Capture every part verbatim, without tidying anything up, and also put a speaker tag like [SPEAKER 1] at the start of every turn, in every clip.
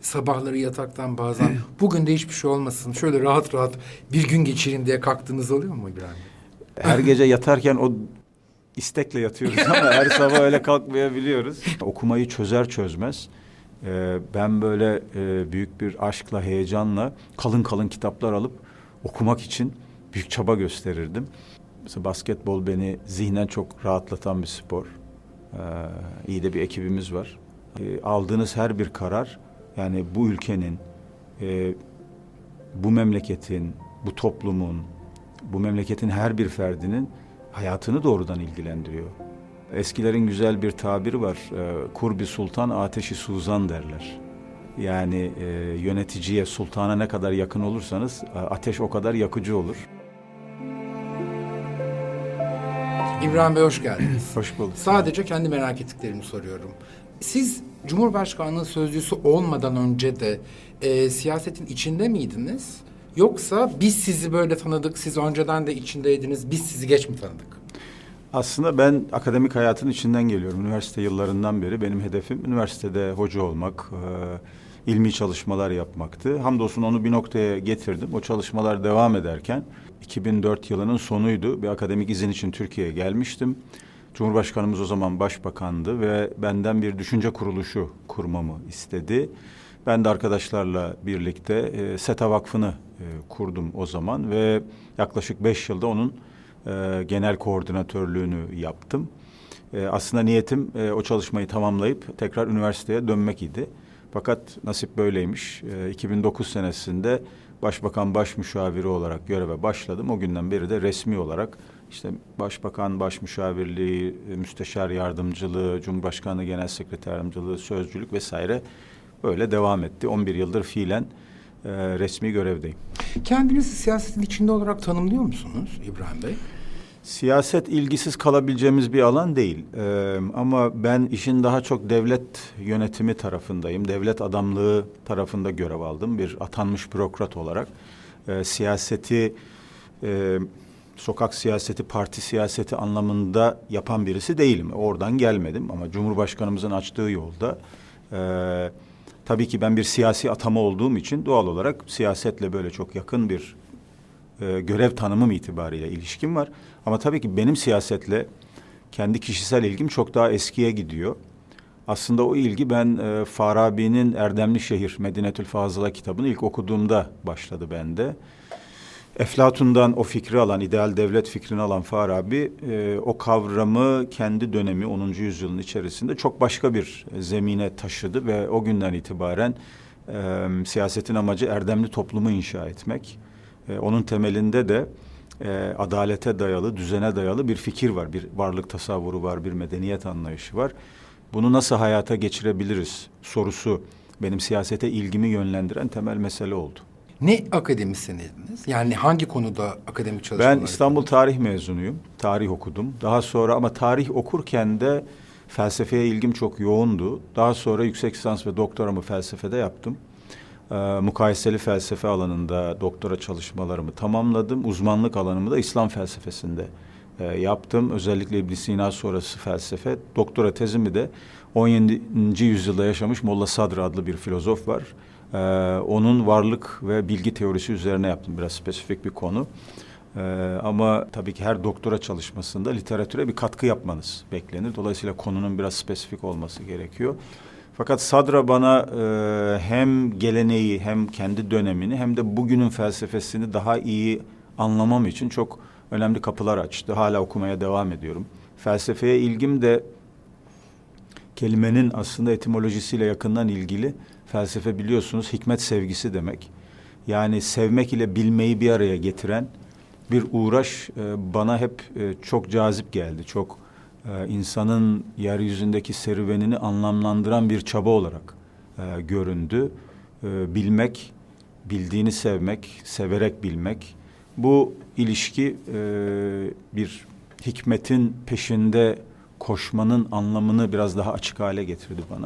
[SPEAKER 1] sabahları yataktan bazen bugün de hiçbir şey olmasın, şöyle rahat rahat bir gün geçireyim diye kalktığınız oluyor mu İbrahim Bey?
[SPEAKER 2] Her gece yatarken o istekle yatıyoruz ama her sabah öyle kalkmayabiliyoruz. Okumayı çözer çözmez e, ben böyle e, büyük bir aşkla, heyecanla kalın kalın kitaplar alıp okumak için büyük çaba gösterirdim. Mesela basketbol beni zihnen çok rahatlatan bir spor. Ee, iyi de bir ekibimiz var. Ee, aldığınız her bir karar, yani bu ülkenin, e, bu memleketin, bu toplumun, bu memleketin her bir ferdinin hayatını doğrudan ilgilendiriyor. Eskilerin güzel bir tabiri var. E, Kurbi sultan, ateşi suzan derler. Yani e, yöneticiye, sultana ne kadar yakın olursanız ateş o kadar yakıcı olur.
[SPEAKER 1] İbrahim Bey hoş geldiniz.
[SPEAKER 2] Hoş bulduk.
[SPEAKER 1] Sadece kendi merak ettiklerimi soruyorum. Siz Cumhurbaşkanlığı sözcüsü olmadan önce de e, siyasetin içinde miydiniz? Yoksa biz sizi böyle tanıdık, siz önceden de içindeydiniz, biz sizi geç mi tanıdık?
[SPEAKER 2] Aslında ben akademik hayatın içinden geliyorum. Üniversite yıllarından beri benim hedefim üniversitede hoca olmak, e, ilmi çalışmalar yapmaktı. Hamdolsun onu bir noktaya getirdim. O çalışmalar devam ederken iki bin dört yılının sonuydu. Bir akademik izin için Türkiye'ye gelmiştim. Cumhurbaşkanımız o zaman başbakandı ve benden bir düşünce kuruluşu kurmamı istedi. Ben de arkadaşlarla birlikte e, SETA Vakfı'nı e, kurdum o zaman ve yaklaşık beş yılda onun e, genel koordinatörlüğünü yaptım. E, aslında niyetim e, o çalışmayı tamamlayıp tekrar üniversiteye dönmek idi. Fakat nasip böyleymiş. E, iki bin dokuz senesinde Başbakan Başmüşaviri olarak göreve başladım. O günden beri de resmi olarak işte Başbakan Başmüşavirliği, Müsteşar Yardımcılığı, Cumhurbaşkanlığı Genel Sekreter Yardımcılığı, Sözcülük vesaire böyle devam etti. on bir yıldır fiilen e, resmi görevdeyim.
[SPEAKER 1] Kendinizi siyasetin içinde olarak tanımlıyor musunuz İbrahim Bey?
[SPEAKER 2] Siyaset ilgisiz kalabileceğimiz bir alan değil. Ee, ama ben işin daha çok devlet yönetimi tarafındayım. Devlet adamlığı tarafında görev aldım. Bir atanmış bürokrat olarak. Ee, siyaseti, e, sokak siyaseti, parti siyaseti anlamında yapan birisi değilim. Oradan gelmedim ama Cumhurbaşkanımızın açtığı yolda... E, tabii ki ben bir siyasi atama olduğum için doğal olarak siyasetle böyle çok yakın bir e, görev tanımım itibariyle ilişkim var. Ama tabii ki benim siyasetle kendi kişisel ilgim çok daha eskiye gidiyor. Aslında o ilgi ben e, Farabi'nin Erdemli Şehir, Medinetül Fazıla kitabını ilk okuduğumda başladı bende. Eflatun'dan o fikri alan, ideal devlet fikrini alan Farabi e, o kavramı kendi dönemi onuncu yüzyılın içerisinde çok başka bir zemine taşıdı ve o günden itibaren e, siyasetin amacı erdemli toplumu inşa etmek. E, onun temelinde de e, adalete dayalı, düzene dayalı bir fikir var, bir varlık tasavvuru var, bir medeniyet anlayışı var. Bunu nasıl hayata geçirebiliriz sorusu benim siyasete ilgimi yönlendiren temel mesele oldu.
[SPEAKER 1] Ne akademisyeniydiniz? Yani hangi konuda akademik çalışmalar?
[SPEAKER 2] Ben İstanbul Tarih mezunuyum. Tarih okudum. Daha sonra ama tarih okurken de felsefeye ilgim çok yoğundu. Daha sonra yüksek lisans ve doktoramı felsefede yaptım. Ee, mukayeseli felsefe alanında doktora çalışmalarımı tamamladım. Uzmanlık alanımı da İslam felsefesinde e, yaptım. Özellikle İbn Sina sonrası felsefe. Doktora tezimi de on yedinci yüzyılda yaşamış Molla Sadr adlı bir filozof var. Ee, onun varlık ve bilgi teorisi üzerine yaptım. Biraz spesifik bir konu. Ee, ama tabii ki her doktora çalışmasında literatüre bir katkı yapmanız beklenir. Dolayısıyla konunun biraz spesifik olması gerekiyor. Fakat Sadra bana e, hem geleneği hem kendi dönemini hem de bugünün felsefesini daha iyi anlamam için çok önemli kapılar açtı. Hala okumaya devam ediyorum. Felsefeye ilgim de kelimenin aslında etimolojisiyle yakından ilgili. Felsefe biliyorsunuz hikmet sevgisi demek. Yani sevmek ile bilmeyi bir araya getiren bir uğraş e, bana hep e, çok cazip geldi. Çok e, insanın yeryüzündeki serüvenini anlamlandıran bir çaba olarak e, göründü. E, bilmek, bildiğini sevmek, severek bilmek. Bu ilişki e, bir hikmetin peşinde koşmanın anlamını biraz daha açık hale getirdi bana.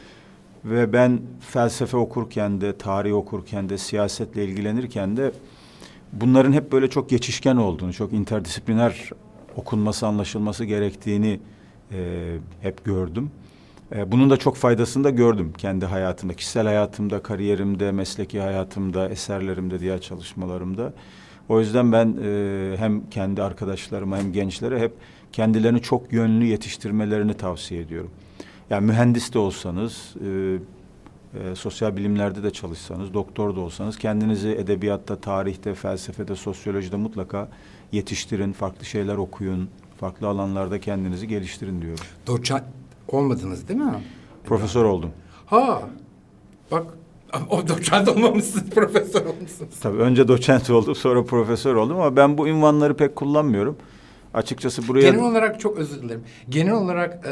[SPEAKER 2] Ve ben felsefe okurken de, tarih okurken de, siyasetle ilgilenirken de bunların hep böyle çok geçişken olduğunu, çok interdisipliner okunması, anlaşılması gerektiğini e, hep gördüm. E, bunun da çok faydasını da gördüm kendi hayatımda, kişisel hayatımda, kariyerimde, mesleki hayatımda, eserlerimde, diğer çalışmalarımda. O yüzden ben e, hem kendi arkadaşlarıma hem gençlere hep kendilerini çok yönlü yetiştirmelerini tavsiye ediyorum. Yani mühendis de olsanız, e, e, sosyal bilimlerde de çalışsanız, doktor da olsanız kendinizi edebiyatta, tarihte, felsefede, sosyolojide mutlaka yetiştirin, farklı şeyler okuyun, farklı alanlarda kendinizi geliştirin diyorum.
[SPEAKER 1] Doçent olmadınız değil mi?
[SPEAKER 2] Profesör oldum.
[SPEAKER 1] Ha, bak o doçent olmamışsınız, profesör olmuşsunuz.
[SPEAKER 2] Tabii önce doçent oldum, sonra profesör oldum ama ben bu unvanları pek kullanmıyorum. Açıkçası buraya...
[SPEAKER 1] Genel olarak çok özür dilerim. Genel olarak e,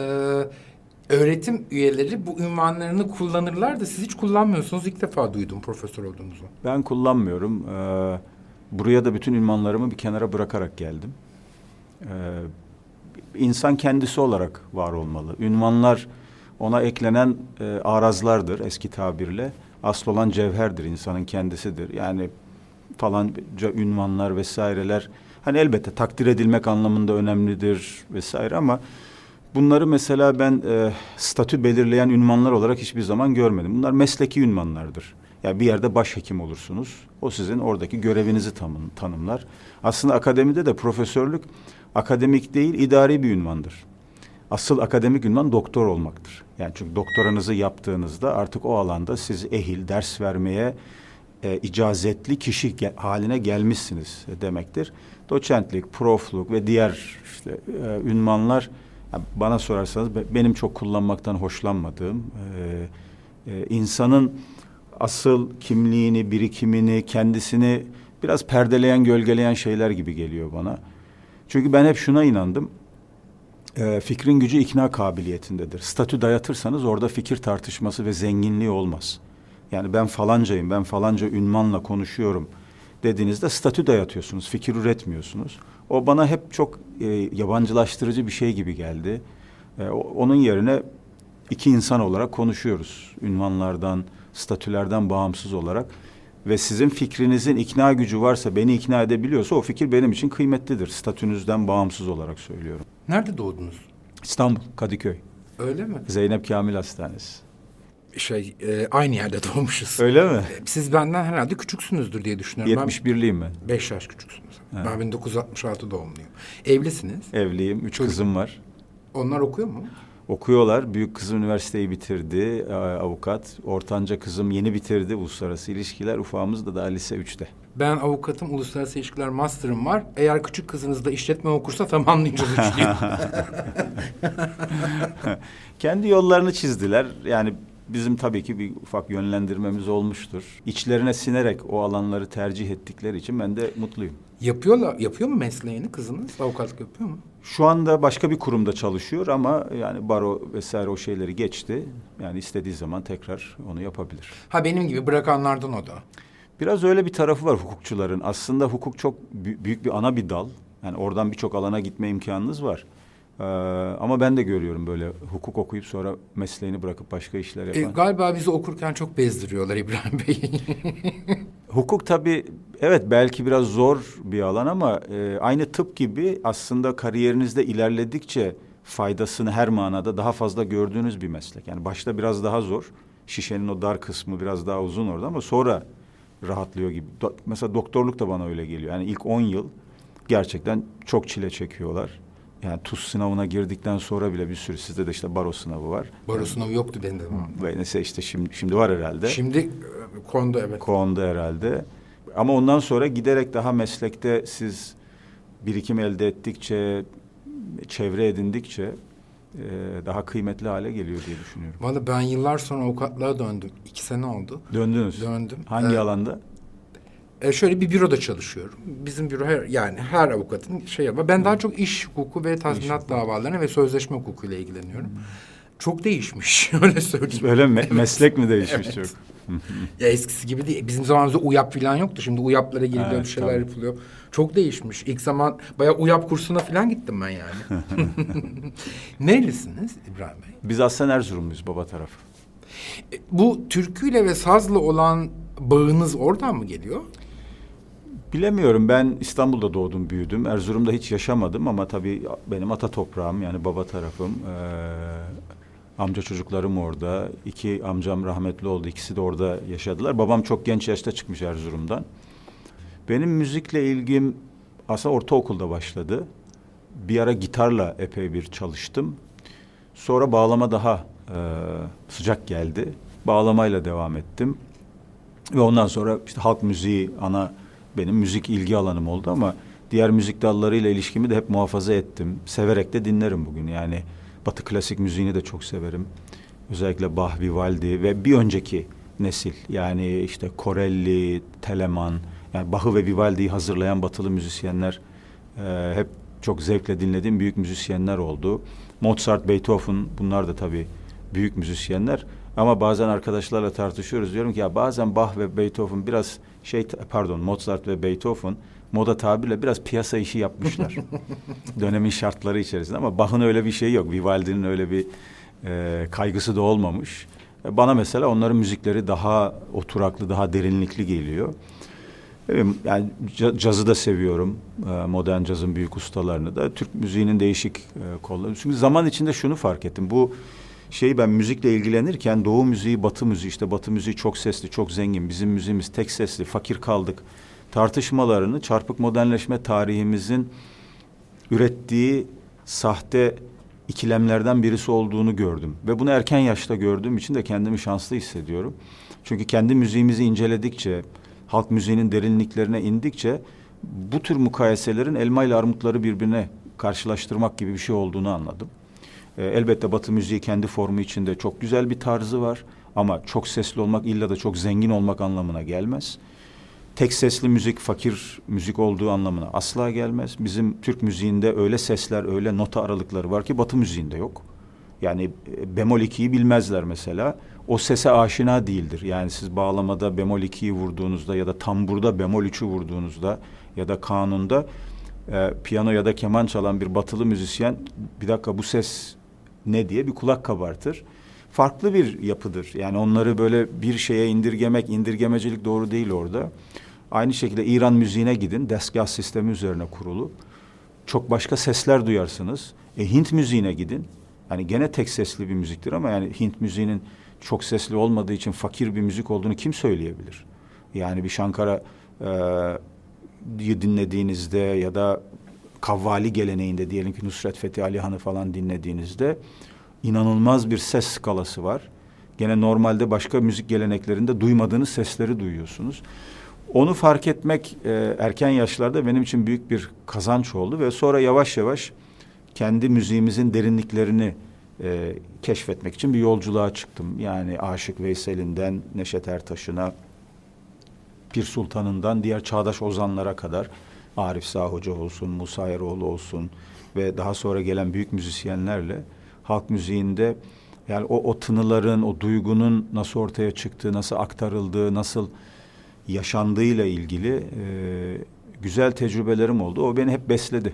[SPEAKER 1] öğretim üyeleri bu unvanlarını kullanırlar da siz hiç kullanmıyorsunuz. İlk defa duydum profesör olduğunuzu.
[SPEAKER 2] Ben kullanmıyorum. Ee, buraya da bütün unvanlarımı bir kenara bırakarak geldim. Ee, insan kendisi olarak var olmalı. Ünvanlar ona eklenen e, arazlardır eski tabirle. Asıl olan cevherdir, insanın kendisidir. Yani falanca ünvanlar vesaireler hani elbette takdir edilmek anlamında önemlidir vesaire ama bunları mesela ben e, statü belirleyen ünvanlar olarak hiçbir zaman görmedim. Bunlar mesleki ünvanlardır. Yani bir yerde başhekim olursunuz. O sizin oradaki görevinizi tanım, tanımlar. Aslında akademide de profesörlük akademik değil, idari bir ünvandır. Asıl akademik ünvan doktor olmaktır. Yani çünkü doktoranızı yaptığınızda artık o alanda siz ehil, ders vermeye e, icazetli kişi ge- haline gelmişsiniz demektir. Doçentlik, profluk ve diğer işte e, ünvanlar yani bana sorarsanız be, benim çok kullanmaktan hoşlanmadığım e, e, insanın asıl kimliğini, birikimini, kendisini biraz perdeleyen, gölgeleyen şeyler gibi geliyor bana. Çünkü ben hep şuna inandım. E, fikrin gücü ikna kabiliyetindedir. Statü dayatırsanız orada fikir tartışması ve zenginliği olmaz. Yani ben falancayım, ben falanca ünvanla konuşuyorum dediğinizde statü dayatıyorsunuz, fikir üretmiyorsunuz. O bana hep çok e, yabancılaştırıcı bir şey gibi geldi. E, o, onun yerine iki insan olarak konuşuyoruz. Ünvanlardan, statülerden bağımsız olarak. Ve sizin fikrinizin ikna gücü varsa, beni ikna edebiliyorsa o fikir benim için kıymetlidir. Statünüzden bağımsız olarak söylüyorum.
[SPEAKER 1] Nerede doğdunuz?
[SPEAKER 2] İstanbul, Kadıköy.
[SPEAKER 1] Öyle mi?
[SPEAKER 2] Zeynep Kamil Hastanesi.
[SPEAKER 1] Şey, e, aynı yerde doğmuşuz.
[SPEAKER 2] Öyle mi?
[SPEAKER 1] Siz benden herhalde küçüksünüzdür diye düşünüyorum.
[SPEAKER 2] yetmiş birliyim ben.
[SPEAKER 1] Beş yaş küçüksünüz.
[SPEAKER 2] Ha.
[SPEAKER 1] Ben bin dokuz yüz altmış altı doğumluyum. Evlisiniz.
[SPEAKER 2] Evliyim, üç
[SPEAKER 1] Çocuk.
[SPEAKER 2] kızım var.
[SPEAKER 1] Onlar okuyor mu?
[SPEAKER 2] Okuyorlar. Büyük kızım üniversiteyi bitirdi, e, avukat. Ortanca kızım yeni bitirdi, uluslararası ilişkiler. Ufağımız da daha lise üçte. Ben
[SPEAKER 1] avukatım, uluslararası ilişkiler master'ım var. Eğer küçük kızınız da işletme okursa tamamlayacağız üçlüyü.
[SPEAKER 2] Kendi yollarını çizdiler. Yani bizim tabii ki bir ufak yönlendirmemiz olmuştur. İçlerine sinerek o alanları tercih ettikleri için ben de mutluyum.
[SPEAKER 1] Yapıyorlar, yapıyor mu mesleğini kızınız? Avukatlık yapıyor mu?
[SPEAKER 2] Şu anda başka bir kurumda çalışıyor ama yani baro vesaire o şeyleri geçti. Yani istediği zaman tekrar onu yapabilir.
[SPEAKER 1] Ha benim gibi bırakanlardan o da.
[SPEAKER 2] Biraz öyle bir tarafı var hukukçuların. Aslında hukuk çok büyük bir ana bir dal. Yani oradan birçok alana gitme imkanınız var. Ee, ama ben de görüyorum böyle hukuk okuyup sonra mesleğini bırakıp başka işler yapan.
[SPEAKER 1] E, galiba bizi okurken çok bezdiriyorlar İbrahim Bey.
[SPEAKER 2] Hukuk tabii evet belki biraz zor bir alan ama e, aynı tıp gibi aslında kariyerinizde ilerledikçe faydasını her manada daha fazla gördüğünüz bir meslek. Yani başta biraz daha zor. Şişenin o dar kısmı biraz daha uzun orada ama sonra rahatlıyor gibi. Do- mesela doktorluk da bana öyle geliyor. Yani ilk on yıl gerçekten çok çile çekiyorlar. Yani TUS sınavına girdikten sonra bile bir sürü sizde de işte baro sınavı var.
[SPEAKER 1] Baro
[SPEAKER 2] yani,
[SPEAKER 1] sınavı yoktu benim de.
[SPEAKER 2] Ve neyse işte şimdi, şimdi var herhalde.
[SPEAKER 1] Şimdi kondu evet.
[SPEAKER 2] Kondu herhalde. Ama ondan sonra giderek daha meslekte siz birikim elde ettikçe, çevre edindikçe e, daha kıymetli hale geliyor diye düşünüyorum.
[SPEAKER 1] Vallahi ben yıllar sonra avukatlığa döndüm. İki sene oldu.
[SPEAKER 2] Döndünüz.
[SPEAKER 1] Döndüm.
[SPEAKER 2] Hangi
[SPEAKER 1] ee,
[SPEAKER 2] alanda?
[SPEAKER 1] E şöyle bir büroda çalışıyorum. Bizim büro her, yani her avukatın şey var. Ben hmm. daha çok iş hukuku ve tazminat davalarına ve sözleşme hukukuyla ilgileniyorum. Hmm. Çok değişmiş öyle söyleyeyim.
[SPEAKER 2] Öyle me- evet. Meslek mi değişmiş
[SPEAKER 1] evet.
[SPEAKER 2] çok?
[SPEAKER 1] Ya eskisi gibi değil. Bizim zamanımızda UYAP falan yoktu. Şimdi UYAP'lara giriliyor evet, bir şeyler tabii. yapılıyor. Çok değişmiş. İlk zaman bayağı UYAP kursuna falan gittim ben yani. Nerelisiniz İbrahim Bey?
[SPEAKER 2] Biz aslen Erzurumluyuz baba tarafı.
[SPEAKER 1] E, bu türküyle ve sazla olan bağınız oradan mı geliyor?
[SPEAKER 2] Bilemiyorum. Ben İstanbul'da doğdum, büyüdüm. Erzurum'da hiç yaşamadım ama tabii benim ata toprağım yani baba tarafım. Ee, Amca çocuklarım orada. İki amcam rahmetli oldu. İkisi de orada yaşadılar. Babam çok genç yaşta çıkmış Erzurum'dan. Benim müzikle ilgim aslında ortaokulda başladı. Bir ara gitarla epey bir çalıştım. Sonra bağlama daha e, sıcak geldi. Bağlamayla devam ettim. Ve ondan sonra işte halk müziği ana benim müzik ilgi alanım oldu ama diğer müzik dallarıyla ilişkimi de hep muhafaza ettim. Severek de dinlerim bugün. Yani Batı klasik müziğini de çok severim. Özellikle Bach, Vivaldi ve bir önceki nesil. Yani işte Corelli, Telemann, yani Bach'ı ve Vivaldi'yi hazırlayan batılı müzisyenler e, hep çok zevkle dinlediğim büyük müzisyenler oldu. Mozart, Beethoven, bunlar da tabii büyük müzisyenler. Ama bazen arkadaşlarla tartışıyoruz. Diyorum ki ya bazen Bach ve Beethoven biraz şey, pardon Mozart ve Beethoven moda tabirle biraz piyasa işi yapmışlar. Dönemin şartları içerisinde ama Bach'ın öyle bir şeyi yok. Vivaldi'nin öyle bir e, kaygısı da olmamış. E, bana mesela onların müzikleri daha oturaklı, daha derinlikli geliyor. E, yani cazı da seviyorum. E, modern cazın büyük ustalarını da. Türk müziğinin değişik e, kolları. Çünkü zaman içinde şunu fark ettim. Bu şeyi ben müzikle ilgilenirken Doğu müziği, Batı müziği, işte Batı müziği çok sesli, çok zengin. Bizim müziğimiz tek sesli, fakir kaldık tartışmalarını çarpık modernleşme tarihimizin ürettiği sahte ikilemlerden birisi olduğunu gördüm. Ve bunu erken yaşta gördüğüm için de kendimi şanslı hissediyorum. Çünkü kendi müziğimizi inceledikçe, halk müziğinin derinliklerine indikçe bu tür mukayeselerin elma ile armutları birbirine karşılaştırmak gibi bir şey olduğunu anladım. E, elbette Batı müziği kendi formu içinde çok güzel bir tarzı var. Ama çok sesli olmak illa da çok zengin olmak anlamına gelmez. Tek sesli müzik fakir müzik olduğu anlamına asla gelmez. Bizim Türk müziğinde öyle sesler, öyle nota aralıkları var ki Batı müziğinde yok. Yani e, bemol ikiyi bilmezler mesela. O sese aşina değildir. Yani siz bağlamada bemol ikiyi vurduğunuzda ya da tamburda bemol üçü vurduğunuzda ya da kanunda e, piyano ya da keman çalan bir batılı müzisyen bir dakika bu ses ne diye bir kulak kabartır. Farklı bir yapıdır. Yani onları böyle bir şeye indirgemek, indirgemecilik doğru değil orada. Aynı şekilde İran müziğine gidin, destgah sistemi üzerine kurulu. Çok başka sesler duyarsınız. E, Hint müziğine gidin. Yani gene tek sesli bir müziktir ama yani Hint müziğinin çok sesli olmadığı için fakir bir müzik olduğunu kim söyleyebilir? Yani bir Şankara e, dinlediğinizde ya da Kavvali geleneğinde diyelim ki Nusret Fethi Alihan'ı falan dinlediğinizde inanılmaz bir ses skalası var. Gene normalde başka müzik geleneklerinde duymadığınız sesleri duyuyorsunuz. Onu fark etmek e, erken yaşlarda benim için büyük bir kazanç oldu ve sonra yavaş yavaş kendi müziğimizin derinliklerini e, keşfetmek için bir yolculuğa çıktım. Yani Aşık Veysel'inden Neşet Ertaş'ına, Pir Sultan'ından diğer çağdaş ozanlara kadar Arif Sağ Hoca olsun, Musa Eroğlu olsun ve daha sonra gelen büyük müzisyenlerle halk müziğinde yani o, o tınıların, o duygunun nasıl ortaya çıktığı, nasıl aktarıldığı, nasıl yaşandığıyla ilgili e, güzel tecrübelerim oldu. O beni hep besledi.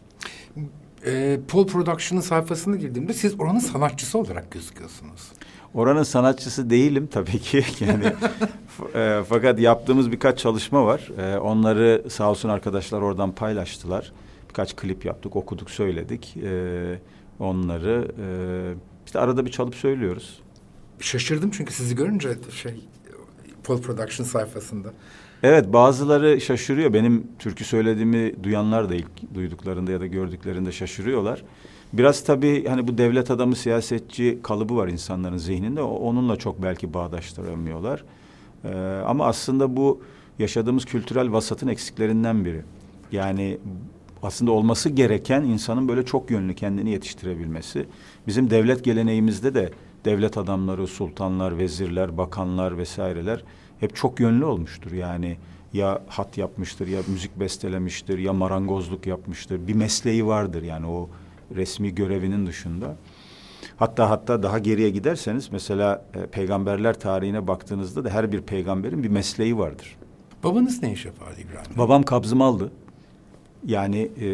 [SPEAKER 1] E, Pol Production'ın sayfasına girdiğimde siz oranın sanatçısı olarak gözüküyorsunuz.
[SPEAKER 2] Oranın sanatçısı değilim tabii ki. Yani e, fakat yaptığımız birkaç çalışma var. E, onları sağ olsun arkadaşlar oradan paylaştılar. Birkaç klip yaptık, okuduk, söyledik. E, onları e, işte arada bir çalıp söylüyoruz.
[SPEAKER 1] Şaşırdım çünkü sizi görünce şey Pol Production sayfasında.
[SPEAKER 2] Evet, bazıları şaşırıyor. Benim türkü söylediğimi duyanlar da ilk duyduklarında ya da gördüklerinde şaşırıyorlar. Biraz tabii hani bu devlet adamı, siyasetçi kalıbı var insanların zihninde. Onunla çok belki bağdaştıramıyorlar. Ee, ama aslında bu yaşadığımız kültürel vasatın eksiklerinden biri. Yani aslında olması gereken insanın böyle çok yönlü kendini yetiştirebilmesi. Bizim devlet geleneğimizde de devlet adamları, sultanlar, vezirler, bakanlar vesaireler hep çok yönlü olmuştur. Yani ya hat yapmıştır, ya müzik bestelemiştir, ya marangozluk yapmıştır. Bir mesleği vardır yani o resmi görevinin dışında. Hatta hatta daha geriye giderseniz mesela e, peygamberler tarihine baktığınızda da her bir peygamberin bir mesleği vardır.
[SPEAKER 1] Babanız ne iş yapardı İbrahim Bey?
[SPEAKER 2] Babam kabzımaldı. Yani e,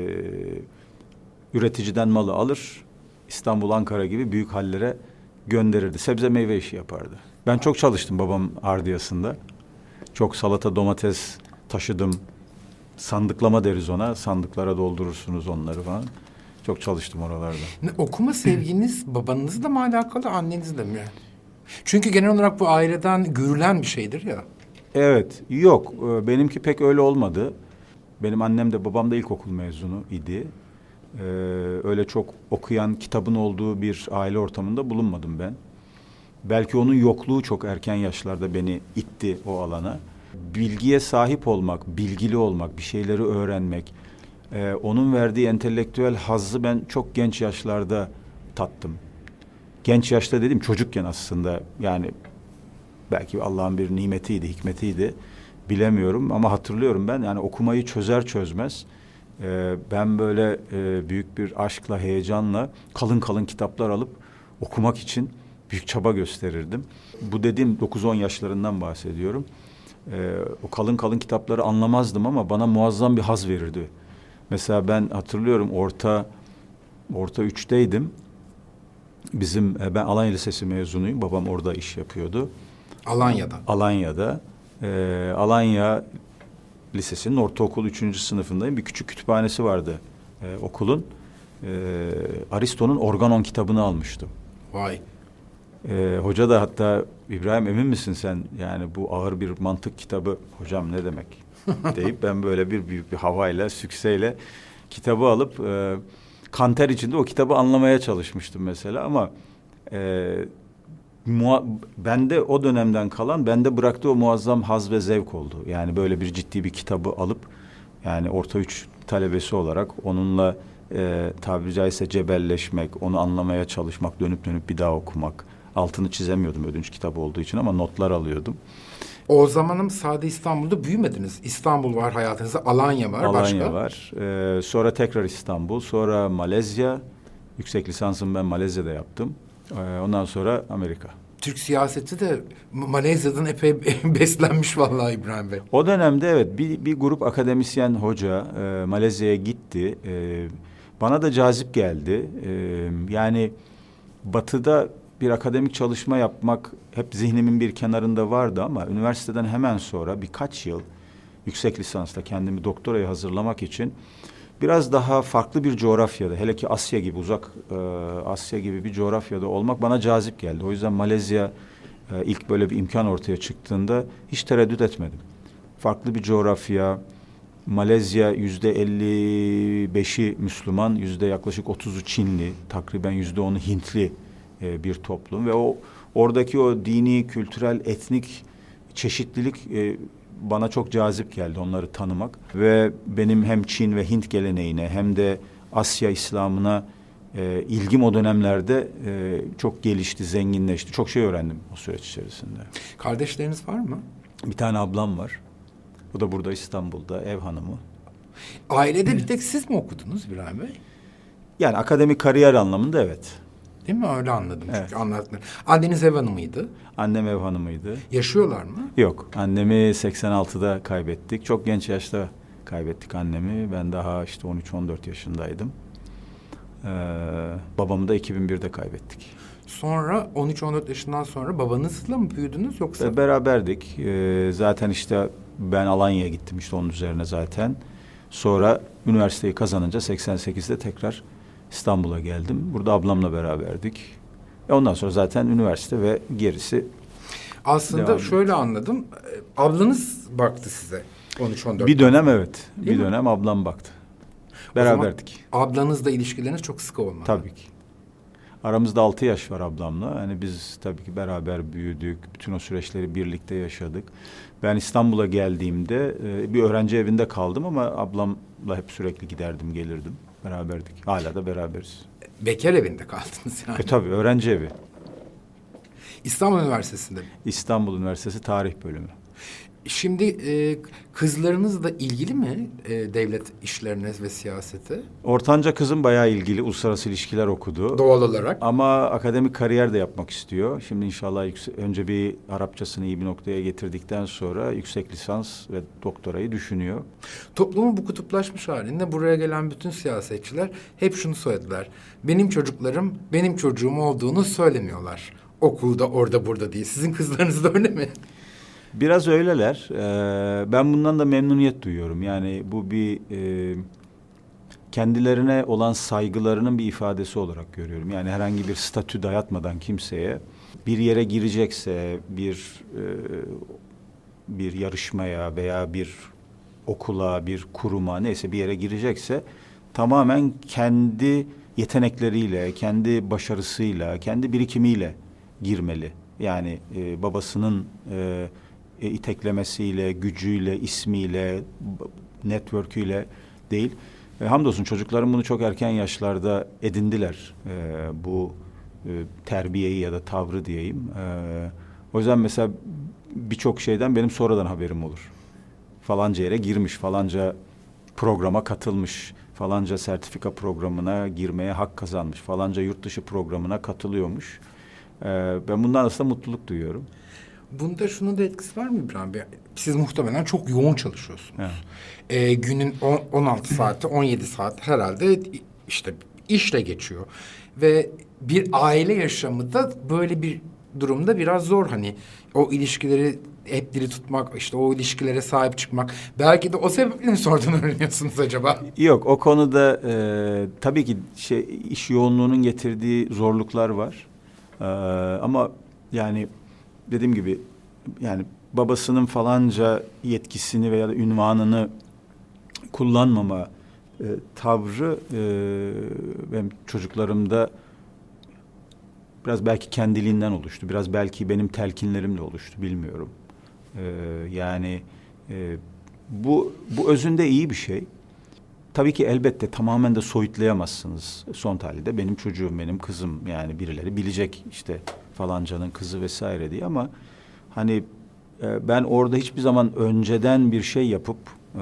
[SPEAKER 2] üreticiden malı alır, İstanbul, Ankara gibi büyük hallere gönderirdi. Sebze meyve işi yapardı. Ben çok çalıştım babam ardiyasında. Çok salata, domates taşıdım. Sandıklama deriz ona. Sandıklara doldurursunuz onları falan. Çok çalıştım oralarda.
[SPEAKER 1] Ne, okuma sevginiz babanızla mı alakalı, annenizle mi? Çünkü genel olarak bu aileden görülen bir şeydir ya.
[SPEAKER 2] Evet, yok. Ee, Benimki pek öyle olmadı. Benim annem de babam da ilkokul mezunu idi. Ee, öyle çok okuyan, kitabın olduğu bir aile ortamında bulunmadım ben. Belki onun yokluğu çok erken yaşlarda beni itti o alana. Bilgiye sahip olmak, bilgili olmak, bir şeyleri öğrenmek, e, onun verdiği entelektüel hazzı ben çok genç yaşlarda tattım. Genç yaşta dedim çocukken aslında, yani belki Allah'ın bir nimetiydi, hikmetiydi, bilemiyorum ama hatırlıyorum ben, yani okumayı çözer çözmez e, ben böyle e, büyük bir aşkla, heyecanla kalın kalın kitaplar alıp okumak için büyük çaba gösterirdim. Bu dediğim dokuz on yaşlarından bahsediyorum. Ee, o kalın kalın kitapları anlamazdım ama bana muazzam bir haz verirdi. Mesela ben hatırlıyorum, orta orta üçteydim. Bizim ben Alanya Lisesi mezunuyum. Babam orada iş yapıyordu.
[SPEAKER 1] Alanya'da.
[SPEAKER 2] Alanya'da. Ee, Alanya Lisesi'nin ortaokul üçüncü sınıfındayım. Bir küçük kütüphanesi vardı ee, okulun. Ee, Aristo'nun Organon kitabını almıştım.
[SPEAKER 1] Vay.
[SPEAKER 2] Ee, hoca da hatta, İbrahim emin misin sen, yani bu ağır bir mantık kitabı, hocam ne demek deyip ben böyle bir büyük bir havayla, sükseyle kitabı alıp e, kanter içinde o kitabı anlamaya çalışmıştım mesela ama e, mua, bende o dönemden kalan, bende bıraktığı o muazzam haz ve zevk oldu. Yani böyle bir ciddi bir kitabı alıp, yani orta üç talebesi olarak onunla e, tabiri caizse cebelleşmek, onu anlamaya çalışmak, dönüp dönüp bir daha okumak. Altını çizemiyordum ödünç kitabı olduğu için ama notlar alıyordum.
[SPEAKER 1] O zamanım sade İstanbul'da büyümediniz. İstanbul var hayatınızda, Alanya var,
[SPEAKER 2] Alanya
[SPEAKER 1] başka?
[SPEAKER 2] var. Ee, sonra tekrar İstanbul, sonra Malezya. Yüksek lisansımı ben Malezya'da yaptım. Ee, ondan sonra Amerika.
[SPEAKER 1] Türk siyaseti de Malezya'dan epey beslenmiş vallahi İbrahim Bey.
[SPEAKER 2] O dönemde evet bir, bir grup akademisyen hoca e, Malezya'ya gitti. E, bana da cazip geldi. E, yani Batı'da bir akademik çalışma yapmak hep zihnimin bir kenarında vardı ama üniversiteden hemen sonra birkaç yıl yüksek lisansla kendimi doktoraya hazırlamak için biraz daha farklı bir coğrafyada, hele ki Asya gibi, uzak e, Asya gibi bir coğrafyada olmak bana cazip geldi. O yüzden Malezya e, ilk böyle bir imkan ortaya çıktığında hiç tereddüt etmedim. Farklı bir coğrafya, Malezya yüzde elli beşi Müslüman, yüzde yaklaşık otuzu Çinli, takriben yüzde onu Hintli e, bir toplum ve o oradaki o dini, kültürel, etnik çeşitlilik e, bana çok cazip geldi onları tanımak ve benim hem Çin ve Hint geleneğine hem de Asya İslam'ına e, ilgim o dönemlerde e, çok gelişti, zenginleşti. Çok şey öğrendim o süreç içerisinde.
[SPEAKER 1] Kardeşleriniz var mı?
[SPEAKER 2] Bir tane ablam var. O da burada İstanbul'da, ev hanımı.
[SPEAKER 1] Ailede bir tek siz mi okudunuz İbrahim Bey?
[SPEAKER 2] Yani akademik kariyer anlamında evet.
[SPEAKER 1] Değil mi? Öyle anladım çünkü
[SPEAKER 2] Evet.
[SPEAKER 1] anlattın. Anneniz ev hanımıydı.
[SPEAKER 2] Annem ev hanımıydı.
[SPEAKER 1] Yaşıyorlar mı?
[SPEAKER 2] Yok, annemi seksen altıda kaybettik. Çok genç yaşta kaybettik annemi. Ben daha işte on üç on dört yaşındaydım. Ee, babamı da iki bin birde kaybettik.
[SPEAKER 1] Sonra on üç on dört yaşından sonra babanızla mı büyüdünüz yoksa?
[SPEAKER 2] Ve beraberdik. Ee, zaten işte ben Alanya'ya gittim işte onun üzerine zaten. Sonra üniversiteyi kazanınca seksen sekizde tekrar İstanbul'a geldim. Burada ablamla beraberdik. E ondan sonra zaten üniversite ve gerisi.
[SPEAKER 1] Aslında
[SPEAKER 2] devam
[SPEAKER 1] şöyle anladım. e, Ablanız baktı size on üç on dört.
[SPEAKER 2] Bir dönem evet.
[SPEAKER 1] Değil
[SPEAKER 2] bir
[SPEAKER 1] mi?
[SPEAKER 2] dönem ablam baktı.
[SPEAKER 1] O zaman
[SPEAKER 2] Beraberdik.
[SPEAKER 1] ablanızla ilişkileriniz çok sıkı olmalı.
[SPEAKER 2] Tabii ki. Aramızda altı yaş var ablamla. Hani biz tabii ki beraber büyüdük. Bütün o süreçleri birlikte yaşadık. Ben İstanbul'a geldiğimde e, bir öğrenci evinde kaldım ama ablamla hep sürekli giderdim, gelirdim. Beraberdik. Hala da beraberiz.
[SPEAKER 1] Bekar evinde kaldınız yani.
[SPEAKER 2] E tabii öğrenci evi.
[SPEAKER 1] İstanbul Üniversitesi'nde mi?
[SPEAKER 2] İstanbul Üniversitesi Tarih Bölümü.
[SPEAKER 1] Şimdi e, kızlarınız da ilgili mi e, devlet işlerine ve siyasete?
[SPEAKER 2] Ortanca kızım bayağı ilgili. Uluslararası ilişkiler okudu.
[SPEAKER 1] Doğal olarak.
[SPEAKER 2] Ama akademik kariyer de yapmak istiyor. Şimdi inşallah yükse- önce bir Arapçasını iyi bir noktaya getirdikten sonra yüksek lisans ve doktorayı düşünüyor.
[SPEAKER 1] Toplumun bu kutuplaşmış halinde buraya gelen bütün siyasetçiler hep şunu söylediler. Benim çocuklarım benim çocuğum olduğunu söylemiyorlar. Okulda, orada, burada değil. Sizin kızlarınız da öyle mi?
[SPEAKER 2] Biraz öyleler. Ee, ben bundan da memnuniyet duyuyorum. Yani bu bir e, kendilerine olan saygılarının bir ifadesi olarak görüyorum. Yani herhangi bir statü dayatmadan kimseye bir yere girecekse, bir e, bir yarışmaya veya bir okula, bir kuruma neyse bir yere girecekse tamamen kendi yetenekleriyle, kendi başarısıyla, kendi birikimiyle girmeli. Yani e, babasının e, e, iteklemesiyle, gücüyle, ismiyle, network'üyle değil. E, hamdolsun çocuklarım bunu çok erken yaşlarda edindiler. E, bu e, terbiyeyi ya da tavrı diyeyim. E, o yüzden mesela birçok şeyden benim sonradan haberim olur. Falanca yere girmiş, falanca programa katılmış, falanca sertifika programına girmeye hak kazanmış, falanca yurt dışı programına katılıyormuş. Ee, ben bundan aslında mutluluk duyuyorum.
[SPEAKER 1] Bunda şunun da etkisi var mı İbrahim Bey? Siz muhtemelen çok yoğun çalışıyorsunuz.
[SPEAKER 2] Evet.
[SPEAKER 1] Ee, günün on, on altı saati, on yedi saat herhalde işte işle geçiyor. Ve bir aile yaşamı da böyle bir durumda biraz zor. Hani o ilişkileri hep diri tutmak, işte o ilişkilere sahip çıkmak. Belki de o sebeple mi sonradan öğreniyorsunuz acaba?
[SPEAKER 2] Yok, o konuda e, tabii ki şey iş yoğunluğunun getirdiği zorluklar var. E, ama yani dediğim gibi yani babasının falanca yetkisini veya da ünvanını kullanmama e, tavrı e, benim çocuklarımda biraz belki kendiliğinden oluştu. Biraz belki benim telkinlerimle oluştu, bilmiyorum. Ee, yani e, bu bu özünde iyi bir şey. Tabii ki elbette tamamen de soyutlayamazsınız. Son tahlilde benim çocuğum, benim kızım, yani birileri bilecek işte falancanın kızı vesaire diye, ama hani e, ben orada hiçbir zaman önceden bir şey yapıp e,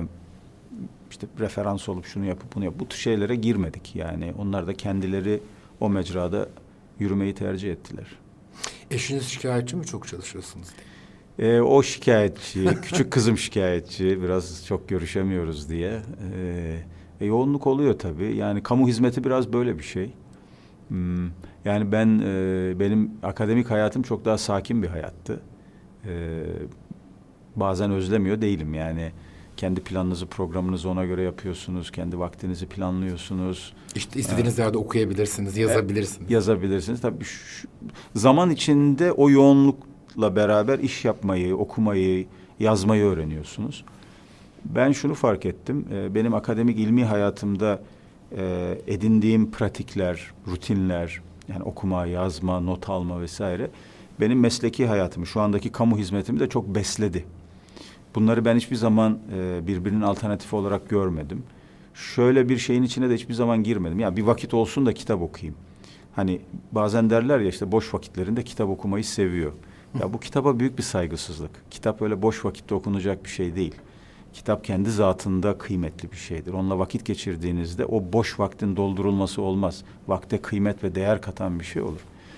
[SPEAKER 2] işte referans olup şunu yapıp bunu yapıp bu tür şeylere girmedik. Yani onlar da kendileri o mecrada yürümeyi tercih ettiler.
[SPEAKER 1] Eşiniz şikayetçi mi, çok çalışıyorsunuz?
[SPEAKER 2] Ee, o şikayetçi, küçük kızım şikayetçi, biraz çok görüşemiyoruz diye. Ee, e, yoğunluk oluyor tabii. Yani kamu hizmeti biraz böyle bir şey. Hmm, yani ben, e, benim akademik hayatım çok daha sakin bir hayattı. Ee, bazen özlemiyor değilim yani. Kendi planınızı, programınızı ona göre yapıyorsunuz. Kendi vaktinizi planlıyorsunuz.
[SPEAKER 1] İşte istediğiniz yerde okuyabilirsiniz, yazabilirsiniz.
[SPEAKER 2] E, yazabilirsiniz. Tabii şu, zaman içinde o yoğunlukla beraber iş yapmayı, okumayı, yazmayı öğreniyorsunuz. Ben şunu fark ettim. E, benim akademik ilmi hayatımda e, edindiğim pratikler, rutinler, yani okuma, yazma, not alma vesaire benim mesleki hayatımı, şu andaki kamu hizmetimi de çok besledi. Bunları ben hiçbir zaman e, birbirinin alternatifi olarak görmedim. Şöyle bir şeyin içine de hiçbir zaman girmedim. Ya bir vakit olsun da kitap okuyayım. Hani bazen derler ya işte boş vakitlerinde kitap okumayı seviyor. Ya bu kitaba büyük bir saygısızlık. Kitap öyle boş vakitte okunacak bir şey değil. Kitap kendi zatında kıymetli bir şeydir. Onunla vakit geçirdiğinizde o boş vaktin doldurulması olmaz. Vakte kıymet ve değer katan bir şey olur.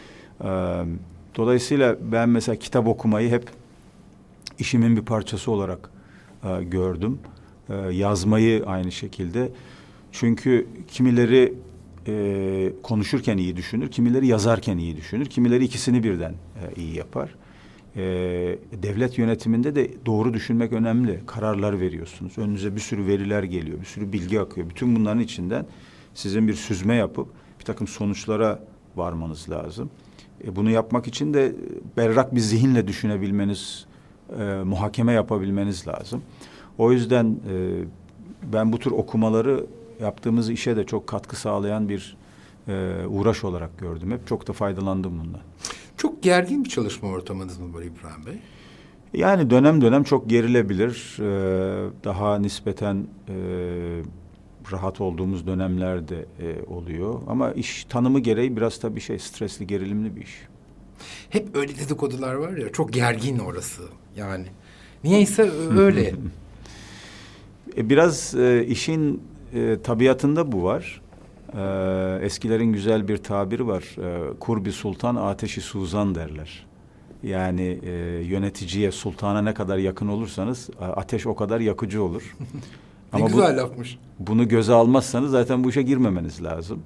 [SPEAKER 2] Ee, dolayısıyla ben mesela kitap okumayı hep işimin bir parçası olarak e, gördüm. E, yazmayı aynı şekilde. Çünkü kimileri e, konuşurken iyi düşünür, kimileri yazarken iyi düşünür, kimileri ikisini birden e, iyi yapar. E, devlet yönetiminde de doğru düşünmek önemli. Kararlar veriyorsunuz. Önünüze bir sürü veriler geliyor, bir sürü bilgi akıyor. Bütün bunların içinden sizin bir süzme yapıp bir takım sonuçlara varmanız lazım. E, bunu yapmak için de berrak bir zihinle düşünebilmeniz, E, muhakeme yapabilmeniz lazım. O yüzden e, ben bu tür okumaları yaptığımız işe de çok katkı sağlayan bir e, uğraş olarak gördüm. Hep çok da faydalandım bundan.
[SPEAKER 1] Çok gergin bir çalışma ortamınız mı var İbrahim Bey?
[SPEAKER 2] Yani dönem dönem çok gerilebilir. E, daha nispeten e, rahat olduğumuz dönemler de e, oluyor. Ama iş tanımı gereği biraz tabii şey, stresli, gerilimli bir iş.
[SPEAKER 1] Hep öyle dedikodular var ya, çok gergin orası yani. Niyeyse öyle.
[SPEAKER 2] e, biraz e, işin e, tabiatında bu var. E, eskilerin güzel bir tabiri var. E, Kurbi sultan ateşi suzan derler. Yani e, yöneticiye, sultana ne kadar yakın olursanız ateş o kadar yakıcı olur.
[SPEAKER 1] Ne
[SPEAKER 2] Ama
[SPEAKER 1] güzel
[SPEAKER 2] bu,
[SPEAKER 1] lafmış.
[SPEAKER 2] bunu göze almazsanız zaten bu işe girmemeniz lazım.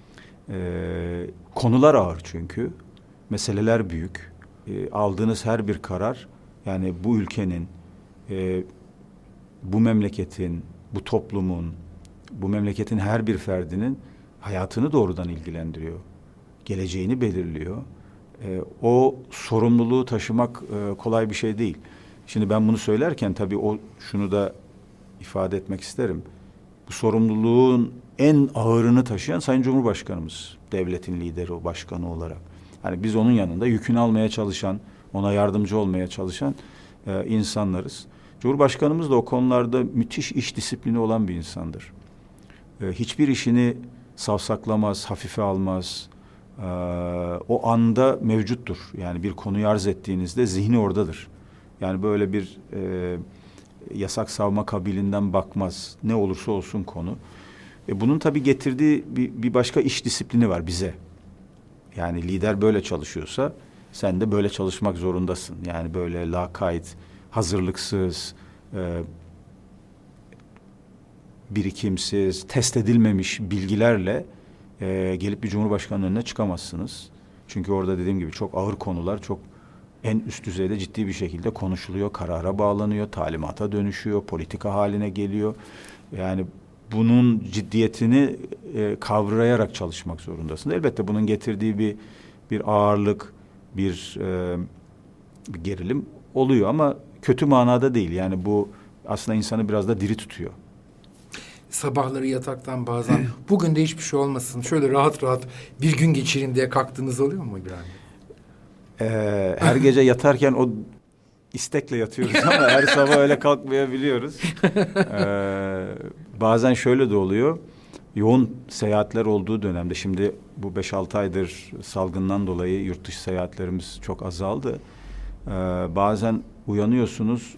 [SPEAKER 2] E, konular ağır çünkü. Meseleler büyük. E, aldığınız her bir karar, yani bu ülkenin, e, bu memleketin, bu toplumun, bu memleketin her bir ferdinin hayatını doğrudan ilgilendiriyor. Geleceğini belirliyor. E, o sorumluluğu taşımak e, kolay bir şey değil. Şimdi ben bunu söylerken tabii o şunu da ifade etmek isterim. Bu sorumluluğun en ağırını taşıyan Sayın Cumhurbaşkanımız. Devletin lideri, o başkanı olarak. Yani biz onun yanında yükünü almaya çalışan, ona yardımcı olmaya çalışan e, insanlarız. Cumhurbaşkanımız da o konularda müthiş iş disiplini olan bir insandır. E, hiçbir işini savsaklamaz, hafife almaz. E, o anda mevcuttur. Yani bir konuyu arz ettiğinizde zihni oradadır. Yani böyle bir e, yasak savma kabilinden bakmaz. Ne olursa olsun konu. E, bunun tabii getirdiği bir, bir başka iş disiplini var bize. Yani lider böyle çalışıyorsa sen de böyle çalışmak zorundasın. Yani böyle lakayt, hazırlıksız, e, birikimsiz, test edilmemiş bilgilerle e, gelip bir cumhurbaşkanının önüne çıkamazsınız. Çünkü orada dediğim gibi çok ağır konular, çok en üst düzeyde ciddi bir şekilde konuşuluyor, karara bağlanıyor, talimata dönüşüyor, politika haline geliyor. Yani bunun ciddiyetini e, kavrayarak çalışmak zorundasın. Elbette bunun getirdiği bir bir ağırlık, bir, e, bir gerilim oluyor ama kötü manada değil. Yani bu aslında insanı biraz da diri tutuyor.
[SPEAKER 1] Sabahları yataktan bazen bugün de hiçbir şey olmasın, şöyle rahat rahat bir gün geçireyim diye kalktığınız oluyor mu İbrahim?
[SPEAKER 2] Ee, her gece yatarken o istekle yatıyoruz ama her sabah öyle kalkmayabiliyoruz. Ee, bazen şöyle de oluyor. Yoğun seyahatler olduğu dönemde, şimdi bu beş altı aydır salgından dolayı yurt dışı seyahatlerimiz çok azaldı. Ee, bazen uyanıyorsunuz,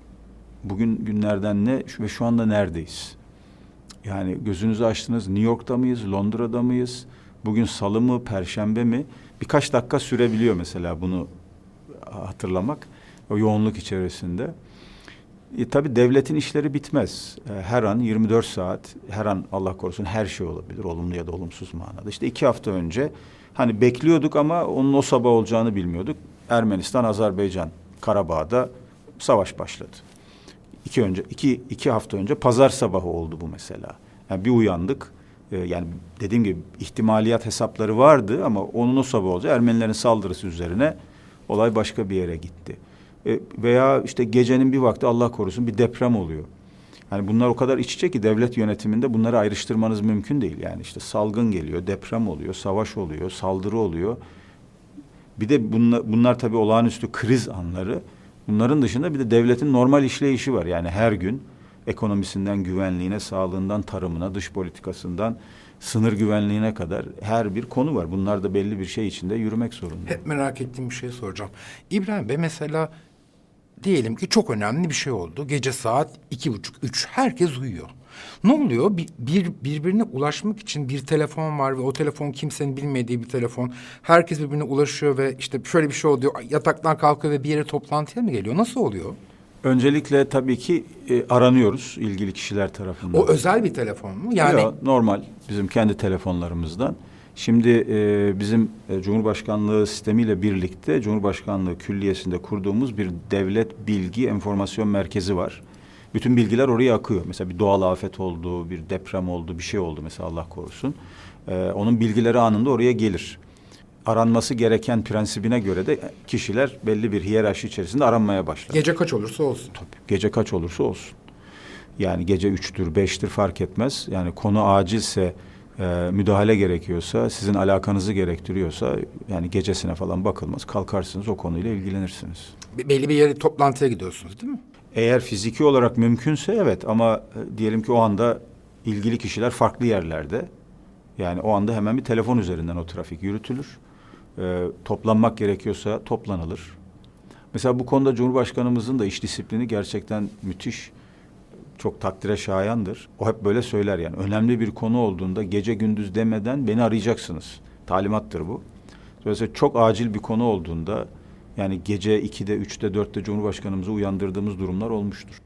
[SPEAKER 2] bugün günlerden ne ve şu anda neredeyiz? Yani gözünüzü açtınız, New York'ta mıyız, Londra'da mıyız? Bugün salı mı, perşembe mi? Birkaç dakika sürebiliyor mesela bunu hatırlamak o yoğunluk içerisinde. E, tabii devletin işleri bitmez. E, her an yirmi dört saat, her an Allah korusun her şey olabilir, olumlu ya da olumsuz manada. İşte iki hafta önce hani bekliyorduk ama onun o sabah olacağını bilmiyorduk. Ermenistan, Azerbaycan, Karabağ'da savaş başladı. İki önce, iki, iki hafta önce pazar sabahı oldu bu mesela. Yani bir uyandık. E, yani dediğim gibi ihtimaliyat hesapları vardı ama onun o sabah olacak. Ermenilerin saldırısı üzerine olay başka bir yere gitti. E, veya işte gecenin bir vakti Allah korusun bir deprem oluyor. Yani bunlar o kadar iç içe ki devlet yönetiminde bunları ayrıştırmanız mümkün değil. Yani işte salgın geliyor, deprem oluyor, savaş oluyor, saldırı oluyor. Bir de bunlar, bunlar tabii olağanüstü kriz anları. Bunların dışında bir de devletin normal işleyişi var. Yani her gün ekonomisinden güvenliğine, sağlığından tarımına, dış politikasından sınır güvenliğine kadar her bir konu var. Bunlar da belli bir şey içinde yürümek zorunda.
[SPEAKER 1] Hep merak ettiğim bir şey soracağım. İbrahim Bey, mesela diyelim ki çok önemli bir şey oldu. Gece saat iki buçuk, üç. Herkes uyuyor. Ne oluyor? Bir, bir birbirine ulaşmak için bir telefon var ve o telefon kimsenin bilmediği bir telefon. Herkes birbirine ulaşıyor ve işte şöyle bir şey oluyor. Yataktan kalkıyor ve bir yere toplantıya mı geliyor? Nasıl oluyor?
[SPEAKER 2] Öncelikle tabii ki e, aranıyoruz ilgili kişiler tarafından.
[SPEAKER 1] O özel bir telefon mu? Yani
[SPEAKER 2] Yok, normal bizim kendi telefonlarımızdan. Şimdi e, bizim e, Cumhurbaşkanlığı sistemiyle birlikte Cumhurbaşkanlığı Külliyesi'nde kurduğumuz bir devlet bilgi enformasyon merkezi var. Bütün bilgiler oraya akıyor. Mesela bir doğal afet oldu, bir deprem oldu, bir şey oldu mesela Allah korusun. E, onun bilgileri anında oraya gelir. Aranması gereken prensibine göre de kişiler belli bir hiyerarşi içerisinde aranmaya başlar.
[SPEAKER 1] Gece kaç olursa olsun.
[SPEAKER 2] Tabii, gece kaç olursa olsun. Yani gece üçtür, beştir fark etmez. Yani konu acilse, e, müdahale gerekiyorsa, sizin alakanızı gerektiriyorsa, yani gecesine falan bakılmaz. Kalkarsınız, o konuyla ilgilenirsiniz.
[SPEAKER 1] Be- belli bir yere toplantıya gidiyorsunuz değil mi?
[SPEAKER 2] Eğer fiziki olarak mümkünse evet, ama e, diyelim ki o anda ilgili kişiler farklı yerlerde. Yani o anda hemen bir telefon üzerinden o trafik yürütülür. E, toplanmak gerekiyorsa toplanılır. Mesela bu konuda Cumhurbaşkanımızın da iş disiplini gerçekten müthiş, çok takdire şayandır. O hep böyle söyler yani. Önemli bir konu olduğunda gece gündüz demeden beni arayacaksınız. Talimattır bu. Dolayısıyla çok acil bir konu olduğunda yani gece ikide, üçte, dörtte Cumhurbaşkanımızı uyandırdığımız durumlar olmuştur.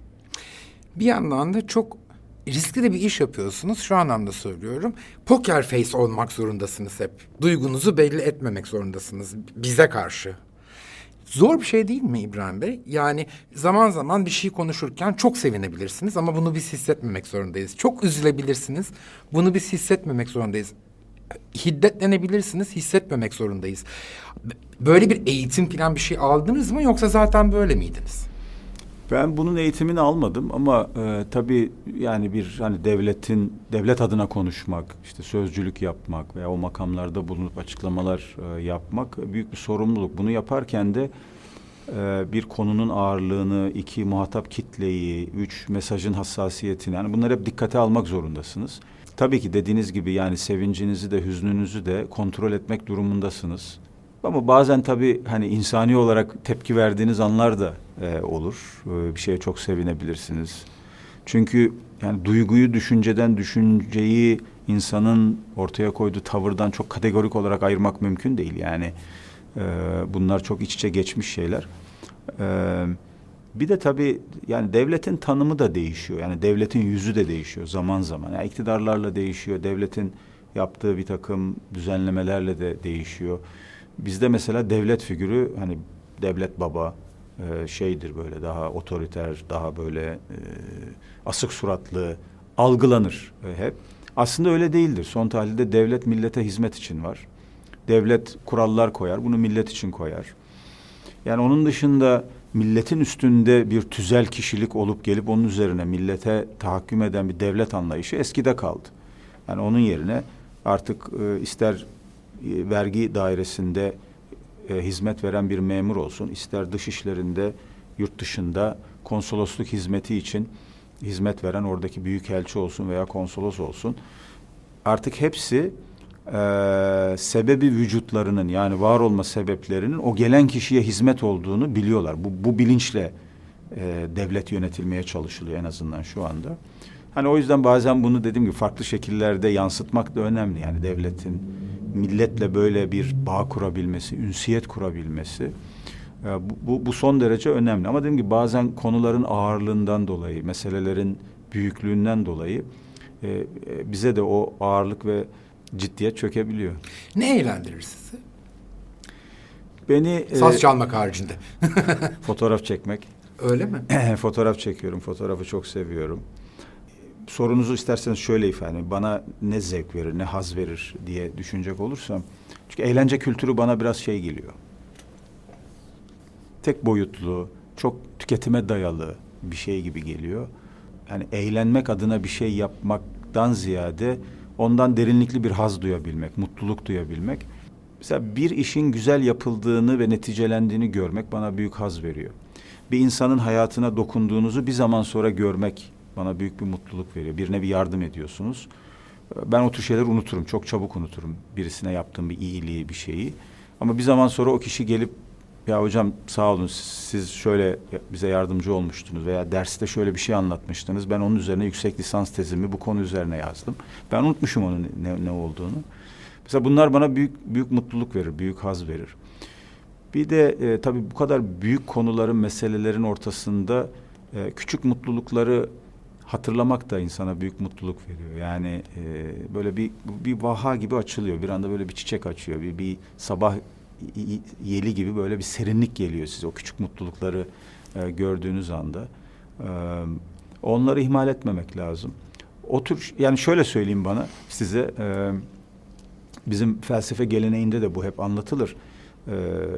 [SPEAKER 1] Bir yandan da çok riskli de bir iş yapıyorsunuz. Şu anlamda söylüyorum. Poker face olmak zorundasınız hep. Duygunuzu belli etmemek zorundasınız bize karşı. Zor bir şey değil mi İbrahim Bey? Yani zaman zaman bir şey konuşurken çok sevinebilirsiniz ama bunu biz hissetmemek zorundayız. Çok üzülebilirsiniz, bunu biz hissetmemek zorundayız. Hiddetlenebilirsiniz, hissetmemek zorundayız. Böyle bir eğitim falan bir şey aldınız mı yoksa zaten böyle miydiniz?
[SPEAKER 2] Ben bunun eğitimini almadım ama e, tabii yani bir hani devletin devlet adına konuşmak, işte sözcülük yapmak veya o makamlarda bulunup açıklamalar e, yapmak büyük bir sorumluluk. Bunu yaparken de e, bir konunun ağırlığını, iki muhatap kitleyi, üç mesajın hassasiyetini, yani bunları hep dikkate almak zorundasınız. Tabii ki dediğiniz gibi yani sevincinizi de hüznünüzü de kontrol etmek durumundasınız. Ama bazen tabii hani insani olarak tepki verdiğiniz anlar da e, olur. E, bir şeye çok sevinebilirsiniz. Çünkü yani duyguyu düşünceden, düşünceyi insanın ortaya koyduğu tavırdan çok kategorik olarak ayırmak mümkün değil. Yani e, bunlar çok iç içe geçmiş şeyler. E, bir de tabii yani devletin tanımı da değişiyor. Yani devletin yüzü de değişiyor zaman zaman. Yani iktidarlarla değişiyor. Devletin yaptığı bir takım düzenlemelerle de değişiyor. Bizde mesela devlet figürü hani devlet baba e, şeydir, böyle daha otoriter, daha böyle e, asık suratlı algılanır e, hep. Aslında öyle değildir. Son tahlilde devlet millete hizmet için var. Devlet kurallar koyar, bunu millet için koyar. Yani onun dışında milletin üstünde bir tüzel kişilik olup gelip onun üzerine millete tahakküm eden bir devlet anlayışı eskide kaldı. Yani onun yerine artık e, ister vergi dairesinde e, hizmet veren bir memur olsun, ister dış işlerinde, yurt dışında konsolosluk hizmeti için hizmet veren oradaki büyükelçi olsun veya konsolos olsun. Artık hepsi e, sebebi vücutlarının, yani var olma sebeplerinin o gelen kişiye hizmet olduğunu biliyorlar. Bu, bu bilinçle e, devlet yönetilmeye çalışılıyor en azından şu anda. Hani o yüzden bazen bunu dediğim gibi farklı şekillerde yansıtmak da önemli. Yani devletin milletle böyle bir bağ kurabilmesi, ünsiyet kurabilmesi bu, bu, bu son derece önemli. Ama dediğim gibi bazen konuların ağırlığından dolayı, meselelerin büyüklüğünden dolayı e, bize de o ağırlık ve ciddiyet çökebiliyor.
[SPEAKER 1] Ne eğlendirir sizi?
[SPEAKER 2] Beni...
[SPEAKER 1] Saz
[SPEAKER 2] e,
[SPEAKER 1] çalmak haricinde.
[SPEAKER 2] Fotoğraf çekmek.
[SPEAKER 1] Öyle mi?
[SPEAKER 2] Fotoğraf çekiyorum, fotoğrafı çok seviyorum. Sorunuzu isterseniz şöyle ifade edeyim. Bana ne zevk verir, ne haz verir diye düşünecek olursam. Çünkü eğlence kültürü bana biraz şey geliyor. Tek boyutlu, çok tüketime dayalı bir şey gibi geliyor. Yani eğlenmek adına bir şey yapmaktan ziyade ondan derinlikli bir haz duyabilmek, mutluluk duyabilmek. Mesela bir işin güzel yapıldığını ve neticelendiğini görmek bana büyük haz veriyor. Bir insanın hayatına dokunduğunuzu bir zaman sonra görmek bana büyük bir mutluluk veriyor. Birine bir yardım ediyorsunuz. Ben o tür şeyleri unuturum. Çok çabuk unuturum. Birisine yaptığım bir iyiliği, bir şeyi. Ama bir zaman sonra o kişi gelip ya hocam sağ olun siz şöyle bize yardımcı olmuştunuz veya derste şöyle bir şey anlatmıştınız. Ben onun üzerine yüksek lisans tezimi bu konu üzerine yazdım. Ben unutmuşum onun ne, ne olduğunu. Mesela bunlar bana büyük büyük mutluluk verir, büyük haz verir. Bir de e, tabii bu kadar büyük konuların, meselelerin ortasında e, küçük mutlulukları hatırlamak da insana büyük mutluluk veriyor. Yani e, böyle bir bir vaha gibi açılıyor. Bir anda böyle bir çiçek açıyor. Bir, bir sabah yeli gibi böyle bir serinlik geliyor size o küçük mutlulukları e, gördüğünüz anda. E, onları ihmal etmemek lazım. O tür, yani şöyle söyleyeyim bana size e, bizim felsefe geleneğinde de bu hep anlatılır. E,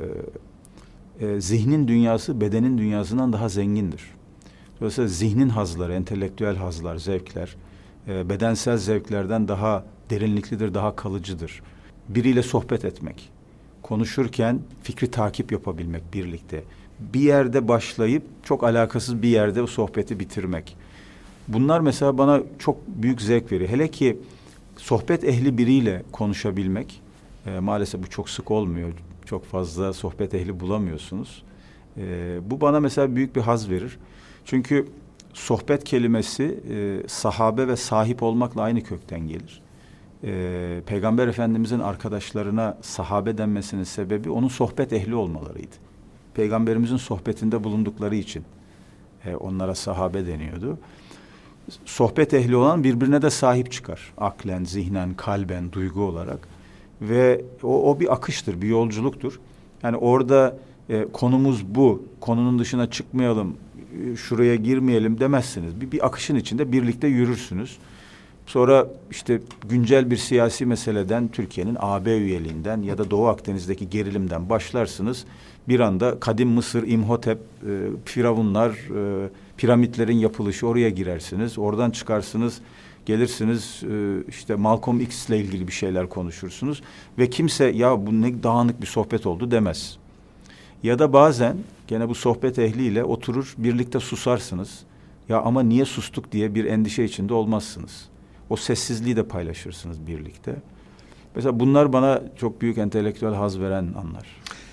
[SPEAKER 2] e, zihnin dünyası bedenin dünyasından daha zengindir. Dolayısıyla zihnin hazları, entelektüel hazlar, zevkler, e, bedensel zevklerden daha derinliklidir, daha kalıcıdır. Biriyle sohbet etmek, konuşurken fikri takip yapabilmek birlikte. Bir yerde başlayıp çok alakasız bir yerde o sohbeti bitirmek. Bunlar mesela bana çok büyük zevk veriyor. Hele ki sohbet ehli biriyle konuşabilmek, e, maalesef bu çok sık olmuyor. Çok fazla sohbet ehli bulamıyorsunuz. E, bu bana mesela büyük bir haz verir. Çünkü sohbet kelimesi e, sahabe ve sahip olmakla aynı kökten gelir. E, Peygamber Efendimizin arkadaşlarına sahabe denmesinin sebebi onun sohbet ehli olmalarıydı. Peygamberimizin sohbetinde bulundukları için e, onlara sahabe deniyordu. Sohbet ehli olan birbirine de sahip çıkar. Aklen, zihnen, kalben, duygu olarak. Ve o, o bir akıştır, bir yolculuktur. Yani orada e, konumuz bu, konunun dışına çıkmayalım, e, şuraya girmeyelim demezsiniz. Bir, bir akışın içinde birlikte yürürsünüz. Sonra işte güncel bir siyasi meseleden, Türkiye'nin A B üyeliğinden ya da Doğu Akdeniz'deki gerilimden başlarsınız. Bir anda kadim Mısır, İmhotep, e, firavunlar, e, piramitlerin yapılışı, oraya girersiniz. Oradan çıkarsınız, gelirsiniz e, işte Malcolm X ile ilgili bir şeyler konuşursunuz. Ve kimse ya bu ne dağınık bir sohbet oldu demez. Ya da bazen gene bu sohbet ehliyle oturur birlikte susarsınız. Ya ama niye sustuk diye bir endişe içinde olmazsınız. O sessizliği de paylaşırsınız birlikte. Mesela bunlar bana çok büyük entelektüel haz veren anlar.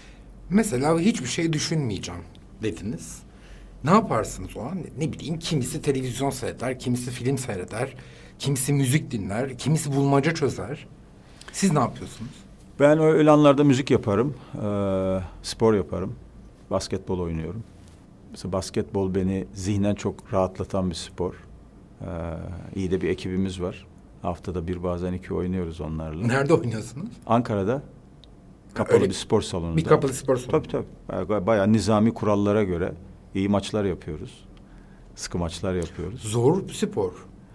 [SPEAKER 1] Mesela hiçbir şey düşünmeyeceğim dediniz. Ne yaparsınız o an? Ne bileyim, kimisi televizyon seyreder, kimisi film seyreder, kimisi müzik dinler, kimisi bulmaca çözer. Siz ne yapıyorsunuz?
[SPEAKER 2] Ben öyle anlarda müzik yaparım, e, spor yaparım, basketbol oynuyorum. Mesela basketbol beni zihnen çok rahatlatan bir spor. Ee, iyi de bir ekibimiz var. Haftada bir bazen iki oynuyoruz onlarla.
[SPEAKER 1] Nerede oynuyorsunuz?
[SPEAKER 2] Ankara'da. Kapalı
[SPEAKER 1] Öyle
[SPEAKER 2] bir spor salonunda.
[SPEAKER 1] Bir kapalı spor salonu.
[SPEAKER 2] Tabii tabii. Bayağı, bayağı nizami kurallara göre iyi maçlar yapıyoruz. Sıkı maçlar yapıyoruz.
[SPEAKER 1] Zor bir spor.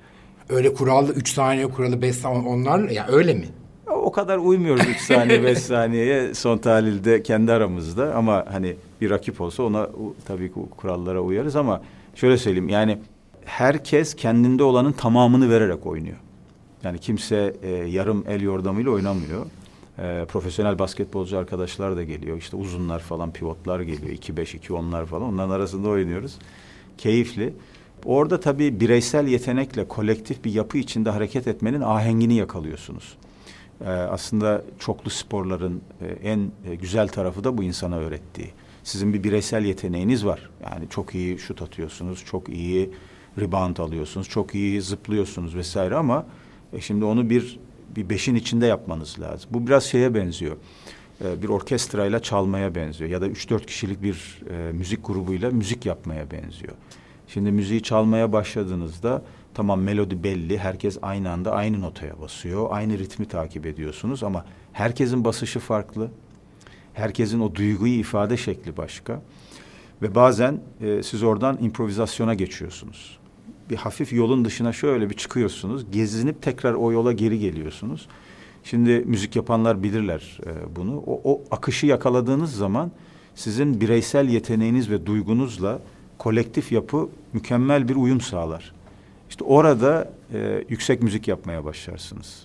[SPEAKER 1] Öyle kurallı üç saniye kuralı beş saniye onlar ya öyle mi?
[SPEAKER 2] O kadar uymuyoruz üç saniye beş saniyeye son tahlilde kendi aramızda ama hani bir rakip olsa ona tabii ki kurallara uyarız ama şöyle söyleyeyim yani herkes kendinde olanın tamamını vererek oynuyor. Yani kimse e, yarım el yordamıyla oynamıyor. E, profesyonel basketbolcu arkadaşlar da geliyor. İşte uzunlar falan, pivotlar geliyor. iki beş, iki onlar falan. Onların arasında oynuyoruz. Keyifli. Orada tabii bireysel yetenekle kolektif bir yapı içinde hareket etmenin ahengini yakalıyorsunuz. E, aslında çoklu sporların e, en e, güzel tarafı da bu insana öğrettiği. Sizin bir bireysel yeteneğiniz var. Yani çok iyi şut atıyorsunuz, çok iyi rebound alıyorsunuz, çok iyi zıplıyorsunuz vesaire ama e şimdi onu bir bir beşin içinde yapmanız lazım. Bu biraz şeye benziyor. E, bir orkestrayla çalmaya benziyor ya da üç dört kişilik bir e, müzik grubuyla müzik yapmaya benziyor. Şimdi müziği çalmaya başladığınızda tamam melodi belli, herkes aynı anda aynı notaya basıyor, aynı ritmi takip ediyorsunuz ama herkesin basışı farklı. Herkesin o duyguyu ifade şekli başka. Ve bazen e, siz oradan improvizasyona geçiyorsunuz. Bir hafif yolun dışına şöyle bir çıkıyorsunuz. Gezinip tekrar o yola geri geliyorsunuz. Şimdi müzik yapanlar bilirler e, bunu. O, o akışı yakaladığınız zaman sizin bireysel yeteneğiniz ve duygunuzla kolektif yapı mükemmel bir uyum sağlar. İşte orada e, yüksek müzik yapmaya başlarsınız.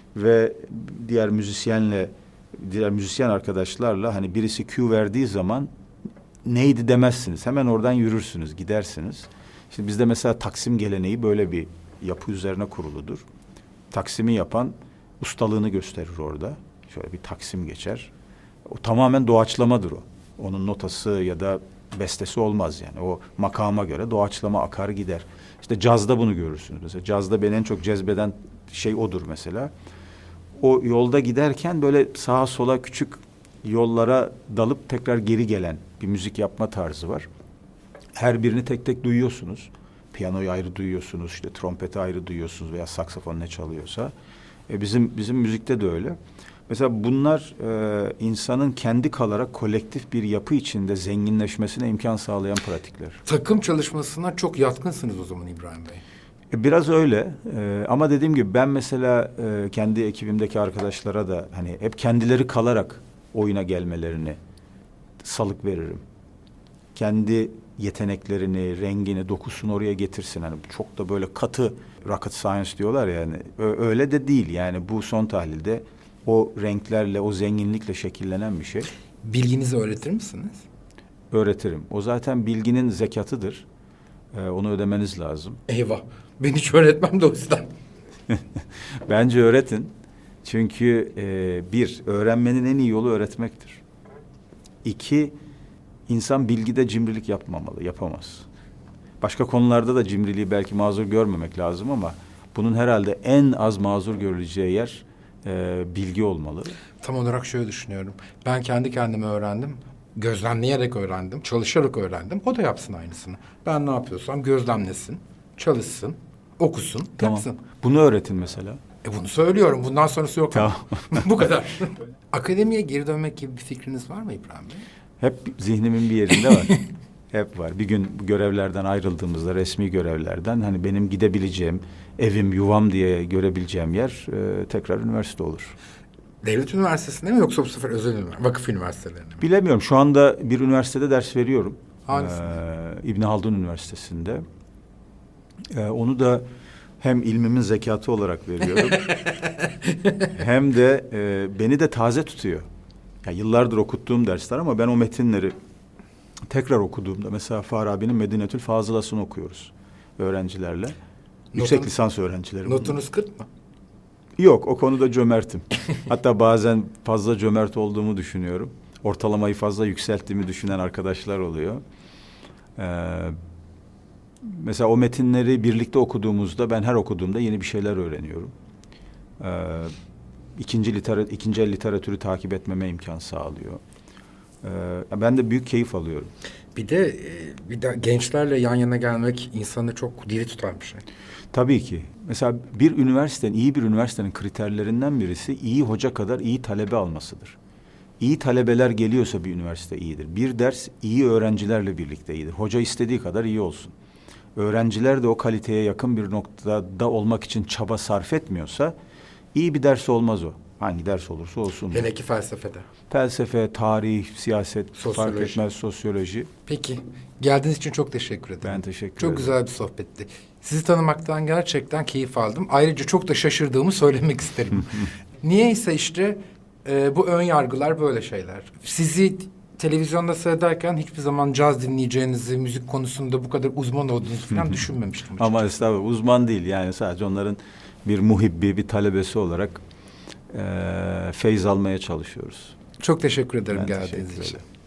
[SPEAKER 2] Ve diğer müzisyenle, diğer müzisyen arkadaşlarla hani birisi cue verdiği zaman neydi demezsiniz. Hemen oradan yürürsünüz, gidersiniz. Şimdi bizde mesela taksim geleneği böyle bir yapı üzerine kuruludur. Taksimi yapan ustalığını gösterir orada. Şöyle bir taksim geçer. O tamamen doğaçlamadır o. Onun notası ya da bestesi olmaz yani. O makama göre doğaçlama akar gider. İşte cazda bunu görürsünüz. Mesela cazda beni en çok cezbeden şey odur mesela. O yolda giderken böyle sağa sola küçük yollara dalıp tekrar geri gelen bir müzik yapma tarzı var. Her birini tek tek duyuyorsunuz. Piyanoyu ayrı duyuyorsunuz, işte trompeti ayrı duyuyorsunuz veya saksafon ne çalıyorsa. E bizim bizim müzikte de öyle. Mesela bunlar e, insanın kendi kalarak kolektif bir yapı içinde zenginleşmesine imkan sağlayan pratikler.
[SPEAKER 1] Takım çalışmasına çok yatkınsınız o zaman İbrahim Bey.
[SPEAKER 2] E, biraz öyle e, ama dediğim gibi ben mesela e, kendi ekibimdeki arkadaşlara da hani hep kendileri kalarak oyuna gelmelerini salık veririm. Kendi yeteneklerini, rengini, dokusunu oraya getirsin. Hani çok da böyle katı rocket science diyorlar yani. Öyle de değil yani bu son tahlilde o renklerle, o zenginlikle şekillenen bir şey.
[SPEAKER 1] Bilginizi öğretir misiniz?
[SPEAKER 2] Öğretirim. O zaten bilginin zekatıdır. Ee, onu ödemeniz lazım.
[SPEAKER 1] Eyvah. Ben hiç öğretmem de o yüzden.
[SPEAKER 2] Bence öğretin. Çünkü e, bir, öğrenmenin en iyi yolu öğretmektir. İki, insan bilgide cimrilik yapmamalı, yapamaz. Başka konularda da cimriliği belki mazur görmemek lazım ama bunun herhalde en az mazur görüleceği yer e, bilgi olmalı.
[SPEAKER 1] Tam olarak şöyle düşünüyorum. Ben kendi kendime öğrendim. Gözlemleyerek öğrendim. Çalışarak öğrendim. O da yapsın aynısını. Ben ne yapıyorsam gözlemlesin, çalışsın, okusun,
[SPEAKER 2] tamam.
[SPEAKER 1] yapsın.
[SPEAKER 2] Bunu öğretin mesela.
[SPEAKER 1] E bunu söylüyorum. Bundan sonrası yok.
[SPEAKER 2] Tamam.
[SPEAKER 1] Bu kadar. Akademiye geri dönmek gibi bir fikriniz var mı İbrahim Bey?
[SPEAKER 2] Hep zihnimin bir yerinde var. Hep var. Bir gün bu görevlerden ayrıldığımızda, resmi görevlerden hani benim gidebileceğim, evim, yuvam diye görebileceğim yer e, tekrar üniversite olur.
[SPEAKER 1] Devlet üniversitesinde mi yoksa bu sefer özel üniversite, vakıf üniversitelerinde mi?
[SPEAKER 2] Bilemiyorum. Şu anda bir üniversitede ders veriyorum.
[SPEAKER 1] Hangisinde?
[SPEAKER 2] Ee, İbn Haldun Üniversitesi'nde. Ee, onu da hem ilmimin zekatı olarak veriyorum. Hem de e, beni de taze tutuyor. Ya yıllardır okuttuğum dersler ama ben o metinleri tekrar okuduğumda mesela Farabi'nin Medinetül Fazılası'nı okuyoruz öğrencilerle. Yüksek
[SPEAKER 1] Notun,
[SPEAKER 2] lisans öğrencileri.
[SPEAKER 1] Notunuz kırk mı?
[SPEAKER 2] Yok, o konuda cömertim. Hatta bazen fazla cömert olduğumu düşünüyorum. Ortalamayı fazla yükselttiğimi düşünen arkadaşlar oluyor. Ee, mesela o metinleri birlikte okuduğumuzda ben her okuduğumda yeni bir şeyler öğreniyorum. Ee, ikinci, literat, ikinci el literatürü takip etmeme imkan sağlıyor. Ee, ben de büyük keyif alıyorum.
[SPEAKER 1] Bir de bir de gençlerle yan yana gelmek insanı çok diri tutan bir şey.
[SPEAKER 2] Tabii ki. Mesela bir üniversitenin, iyi bir üniversitenin kriterlerinden birisi iyi hoca kadar iyi talebe almasıdır. İyi talebeler geliyorsa bir üniversite iyidir. Bir ders iyi öğrencilerle birlikte iyidir. Hoca istediği kadar iyi olsun. Öğrenciler de o kaliteye yakın bir noktada olmak için çaba sarf etmiyorsa iyi bir ders olmaz o. Hangi ders olursa olsun.
[SPEAKER 1] Hele ki felsefede.
[SPEAKER 2] Felsefe, tarih, siyaset,
[SPEAKER 1] Sosyoloji.
[SPEAKER 2] fark etmez, sosyoloji.
[SPEAKER 1] Peki. Geldiğiniz için çok teşekkür ederim.
[SPEAKER 2] Ben teşekkür
[SPEAKER 1] çok
[SPEAKER 2] ederim.
[SPEAKER 1] Çok güzel bir sohbetti. Sizi tanımaktan gerçekten keyif aldım. Ayrıca çok da şaşırdığımı söylemek isterim. Niyeyse işte e, bu ön yargılar böyle şeyler. Sizi televizyonda seyrederken hiçbir zaman caz dinleyeceğinizi, müzik konusunda bu kadar uzman olduğunuzu falan düşünmemiştim.
[SPEAKER 2] Ama estağfurullah uzman değil yani sadece onların bir muhibbi, bir talebesi olarak e, feyz almaya çalışıyoruz.
[SPEAKER 1] Çok teşekkür ederim
[SPEAKER 2] Ben
[SPEAKER 1] geldiğiniz
[SPEAKER 2] teşekkür
[SPEAKER 1] için.
[SPEAKER 2] ederim.